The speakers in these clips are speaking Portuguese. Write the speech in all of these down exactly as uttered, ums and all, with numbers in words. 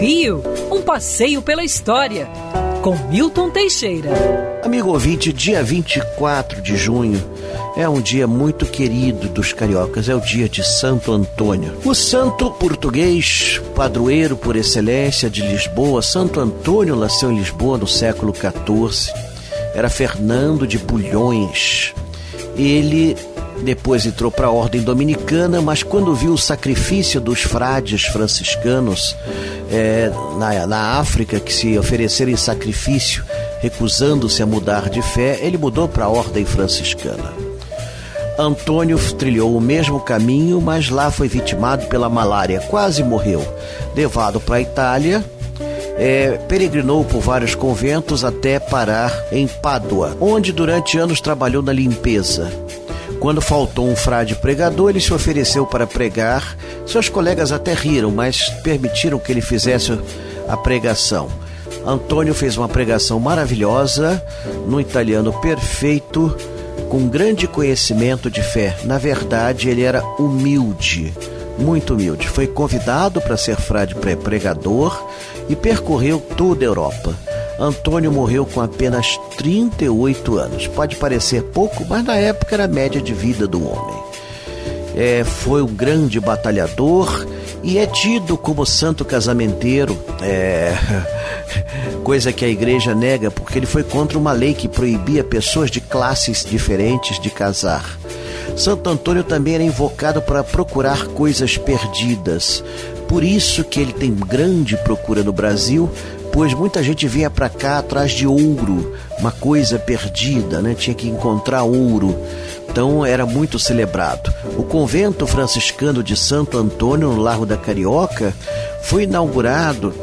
Rio, um passeio pela história, com Milton Teixeira. Amigo ouvinte, dia vinte e quatro de junho é um dia muito querido dos cariocas, é o dia de Santo Antônio. O santo português, padroeiro por excelência de Lisboa, Santo Antônio nasceu em Lisboa no século quatorze, era Fernando de Bulhões. Ele depois entrou para a ordem dominicana, mas quando viu o sacrifício dos frades franciscanos é, na, na África, que se ofereceram em sacrifício, recusando-se a mudar de fé, ele mudou para a ordem franciscana. Antônio trilhou o mesmo caminho, mas lá foi vitimado pela malária, quase morreu. Levado para a Itália, é, peregrinou por vários conventos até parar em Pádua, onde durante anos trabalhou na limpeza. Quando faltou um frade pregador, ele se ofereceu para pregar. Seus colegas até riram, mas permitiram que ele fizesse a pregação. Antônio fez uma pregação maravilhosa, no italiano perfeito, com grande conhecimento de fé. Na verdade, ele era humilde, muito humilde. Foi convidado para ser frade pregador e percorreu toda a Europa. Antônio morreu com apenas trinta e oito anos. Pode parecer pouco, mas na época era a média de vida do homem. É, foi um grande batalhador e é tido como santo casamenteiro, é, coisa que a igreja nega, porque ele foi contra uma lei que proibia pessoas de classes diferentes de casar. Santo Antônio também era invocado para procurar coisas perdidas. Por isso que ele tem grande procura no Brasil, pois muita gente vinha para cá atrás de ouro, uma coisa perdida, né? Tinha que encontrar ouro. Então era muito celebrado. O convento franciscano de Santo Antônio, no Largo da Carioca, foi inaugurado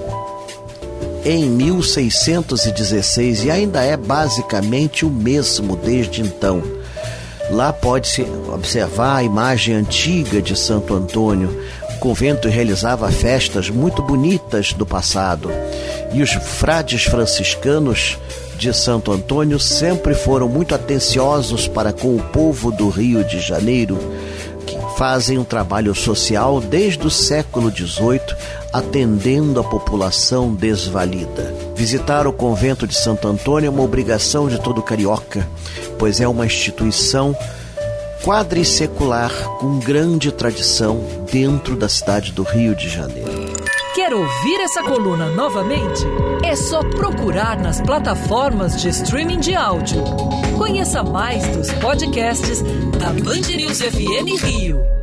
em mil seiscentos e dezesseis e ainda é basicamente o mesmo desde então. Lá pode-se observar a imagem antiga de Santo Antônio. O convento realizava festas muito bonitas do passado. E os frades franciscanos de Santo Antônio sempre foram muito atenciosos para com o povo do Rio de Janeiro, que fazem um trabalho social desde o século dezoito, atendendo a população desvalida. Visitar o convento de Santo Antônio é uma obrigação de todo carioca, pois é uma instituição quadrisecular com grande tradição dentro da cidade do Rio de Janeiro. Quer ouvir essa coluna novamente? É só procurar nas plataformas de streaming de áudio. Conheça mais dos podcasts da Band News F M Rio.